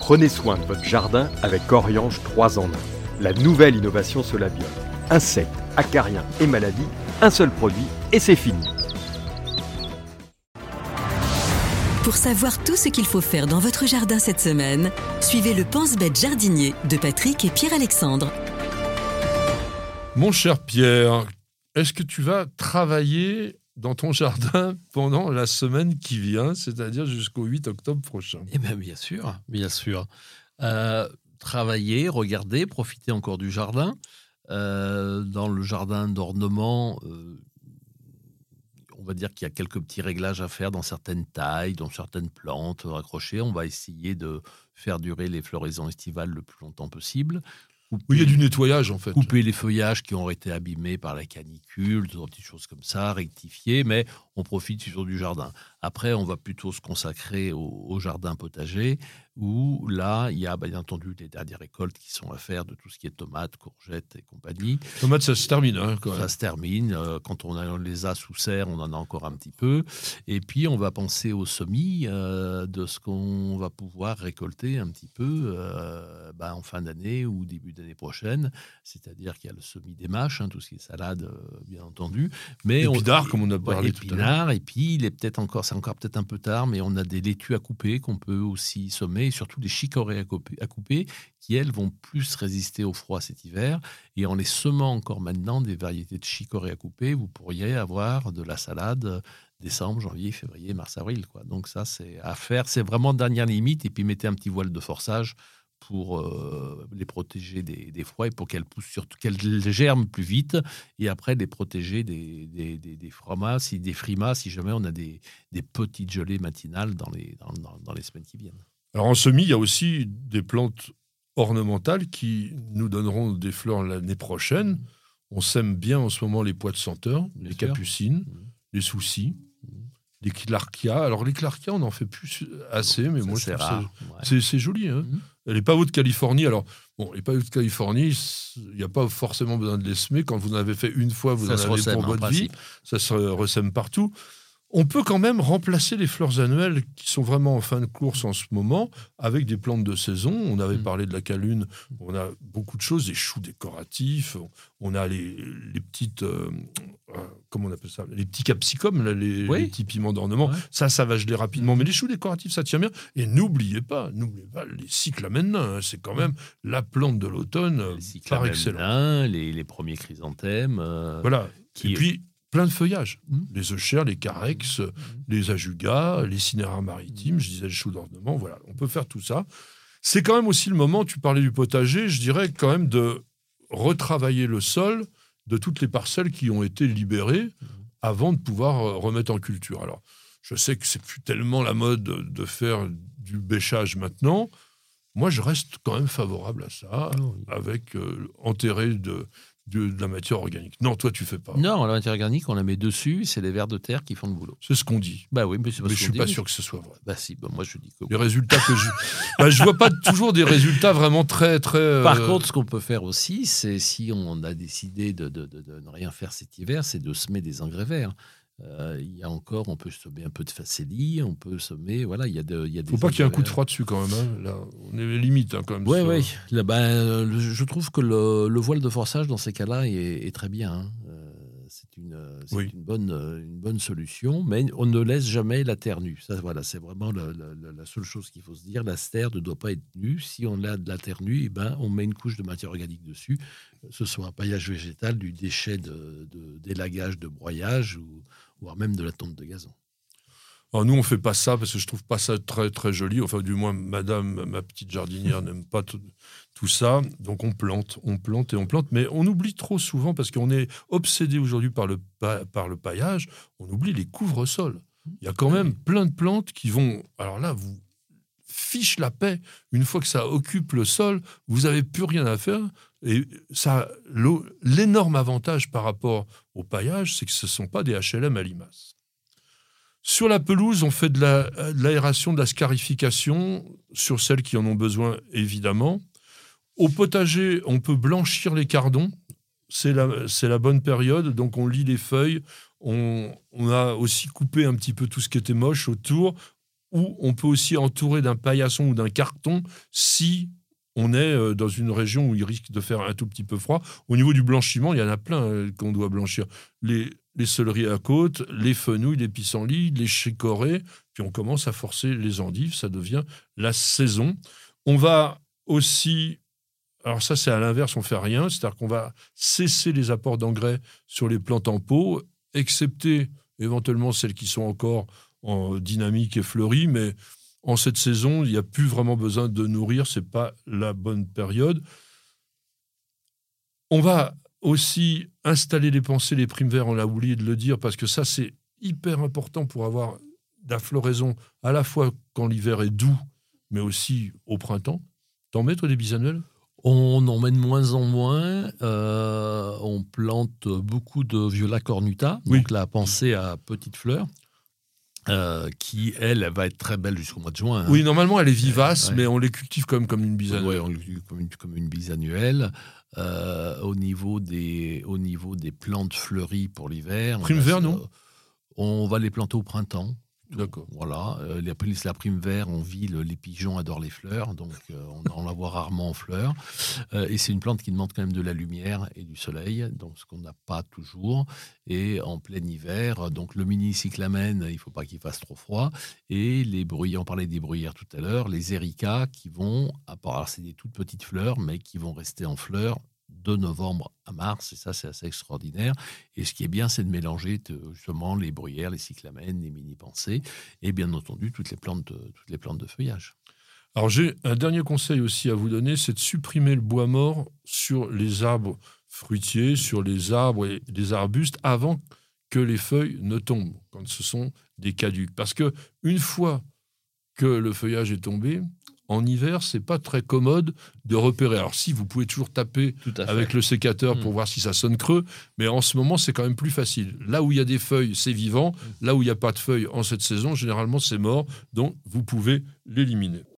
Prenez soin de votre jardin avec Oriange 3 en 1. La nouvelle innovation Solabiol. Insectes, acariens et maladies, un seul produit et c'est fini. Pour savoir tout ce qu'il faut faire dans votre jardin cette semaine, suivez le Pense-Bête jardinier de Patrick et Pierre-Alexandre. Mon cher Pierre, est-ce que tu vas travailler dans ton jardin pendant la semaine qui vient, c'est-à-dire jusqu'au 8 octobre prochain? Eh bien, bien sûr, bien sûr. Travailler, regarder, profiter encore du jardin. Dans le jardin d'ornement, on va dire qu'il y a quelques petits réglages à faire dans certaines tailles, dans certaines plantes accrochées. On va essayer de faire durer les floraisons estivales le plus longtemps possible. Oui, il y a du nettoyage en fait. Couper les feuillages qui ont été abîmés par la canicule, des petites choses comme ça, rectifier, mais on profite toujours du jardin. Après, on va plutôt se consacrer au jardin potager, où là, il y a bien entendu les dernières récoltes qui sont à faire de tout ce qui est tomates, courgettes et compagnie. Tomates, ça se termine. Ça se termine. Quand on les a sous serre, on en a encore un petit peu. Et puis, on va penser au semis de ce qu'on va pouvoir récolter un petit peu en fin d'année ou début d'année prochaine. C'est-à-dire qu'il y a le semis des mâches, tout ce qui est salade, bien entendu. Mais épinards, comme on a parlé tout à l'heure. Et puis, c'est encore peut-être un peu tard, mais on a des laitues à couper qu'on peut aussi semer, et surtout des chicorées à couper qui, elles, vont plus résister au froid cet hiver. Et en les semant encore maintenant, des variétés de chicorées à couper, vous pourriez avoir de la salade décembre, janvier, février, mars, avril, quoi. Donc ça, c'est à faire. C'est vraiment dernière limite. Et puis, mettez un petit voile de forçage pour les protéger des froids et pour qu'elles poussent, surtout qu'elles germent plus vite, et après les protéger des frimas, si jamais on a des petites gelées matinales dans les semaines qui viennent. Alors en semis, il y a aussi des plantes ornementales qui nous donneront des fleurs l'année prochaine. On sème bien en ce moment les pois de senteur, les capucines, les soucis, les clarkias. Alors les clarkias, on n'en fait plus assez, mais moi je trouve rare. C'est joli. Les pavots de Californie, les pavots de Californie, il n'y a pas forcément besoin de les semer. Quand vous en avez fait une fois, vous en avez pour votre vie. Ça se ressème partout. On peut quand même remplacer les fleurs annuelles qui sont vraiment en fin de course en ce moment avec des plantes de saison. On avait parlé de la calune, on a beaucoup de choses, des choux décoratifs, on a les petites... comment on appelle ça ? Les petits capsicums, là, les petits piments d'ornement. Ouais. Ça va geler rapidement. Mais les choux décoratifs, ça tient bien. Et n'oubliez pas les cyclamènes, c'est quand même la plante de l'automne par excellence. Les premiers chrysanthèmes. Voilà. Et puis... plein de feuillages, les euchères, les carex, les ajugas, les cinéras maritimes, je disais le chou d'ornement, voilà, on peut faire tout ça. C'est quand même aussi le moment, tu parlais du potager, je dirais quand même de retravailler le sol de toutes les parcelles qui ont été libérées avant de pouvoir remettre en culture. Alors, je sais que c'est plus tellement la mode de faire du bêchage maintenant. Moi, je reste quand même favorable à ça, avec enterrer de la matière organique. Non, toi, tu fais pas. Non, la matière organique, on la met dessus, c'est les vers de terre qui font le boulot. C'est ce qu'on dit. Bah oui, mais c'est pas mais je suis pas sûr que ce soit vrai. Bah si, moi je dis que... Les résultats que je vois pas toujours des résultats vraiment très... très Par contre, ce qu'on peut faire aussi, c'est si on a décidé de ne rien faire cet hiver, c'est de semer des engrais verts. Il y a encore, on peut semer un peu de facélie, on peut semer, voilà, il y a des... Faut pas qu'il y ait un coup de froid dessus quand même, hein. Là, on est limite quand même. Oui. Je trouve que le voile de forçage dans ces cas-là est très bien. Hein. C'est une bonne solution, mais on ne laisse jamais la terre nue. Ça, voilà, c'est vraiment la seule chose qu'il faut se dire. La terre ne doit pas être nue. Si on a de la terre nue, on met une couche de matière organique dessus, ce soit un paillage végétal, du déchet d'élagage, de broyage, voire même de la tonte de gazon. Alors nous, on ne fait pas ça parce que je ne trouve pas ça très, très joli. Enfin, du moins, madame, ma petite jardinière, n'aime pas tout ça. Donc, on plante. Mais on oublie trop souvent, parce qu'on est obsédé aujourd'hui par le paillage, on oublie les couvre-sols. Il y a quand même plein de plantes qui vont... Alors là, vous fiche la paix. Une fois que ça occupe le sol, vous n'avez plus rien à faire. Et ça, l'énorme avantage par rapport au paillage, c'est que ce ne sont pas des HLM à limaces. Sur la pelouse, on fait de l'aération, de la scarification, sur celles qui en ont besoin, évidemment. Au potager, on peut blanchir les cardons. C'est la bonne période. Donc, on lit les feuilles. On a aussi coupé un petit peu tout ce qui était moche autour. ou on peut aussi entourer d'un paillasson ou d'un carton si on est dans une région où il risque de faire un tout petit peu froid. Au niveau du blanchiment, il y en a plein qu'on doit blanchir. Les céleris à côte, les fenouils, les pissenlits, les chicorées, puis on commence à forcer les endives, ça devient la saison. On va aussi, alors ça c'est à l'inverse, on fait rien, c'est-à-dire qu'on va cesser les apports d'engrais sur les plantes en pot, excepté éventuellement celles qui sont encore en dynamique et fleuries, mais en cette saison, il n'y a plus vraiment besoin de nourrir, ce n'est pas la bonne période. On va aussi installer les pensées, les primes verts, on a oublié de le dire, parce que ça, c'est hyper important pour avoir de la floraison, à la fois quand l'hiver est doux, mais aussi au printemps. T'en mets, toi, des bisannuels ? On en met de moins en moins. On plante beaucoup de viola cornuta, donc la pensée à petites fleurs. Qui, elle va être très belle jusqu'au mois de juin. Oui, normalement, elle est vivace, mais on les cultive comme une bisannuelle. Oui, on les cultive comme une bisannuelle. Au niveau des plantes fleuries pour l'hiver... Prime vert, non ? On va les planter au printemps. D'accord. Voilà. La prime vert, on vit, les pigeons adorent les fleurs, donc on la voit rarement en fleurs. Et c'est une plante qui demande quand même de la lumière et du soleil, donc ce qu'on n'a pas toujours. Et en plein hiver, donc le mini cyclamen, il ne faut pas qu'il fasse trop froid. Et les bruyères, on parlait des bruyères tout à l'heure, les éricas qui vont, alors c'est des toutes petites fleurs, mais qui vont rester en fleurs de novembre à mars, et ça c'est assez extraordinaire. Et ce qui est bien, c'est de mélanger justement les bruyères, les cyclamènes, les mini-pensées, et bien entendu toutes les plantes de feuillage. Alors j'ai un dernier conseil aussi à vous donner, c'est de supprimer le bois mort sur les arbres fruitiers, sur les arbres et les arbustes avant que les feuilles ne tombent, quand ce sont des caducs. Parce que une fois que le feuillage est tombé, en hiver, c'est pas très commode de repérer. Alors si, vous pouvez toujours taper avec le sécateur pour voir si ça sonne creux, mais en ce moment, c'est quand même plus facile. Là où il y a des feuilles, c'est vivant. Là où il n'y a pas de feuilles en cette saison, généralement, c'est mort. Donc, vous pouvez l'éliminer.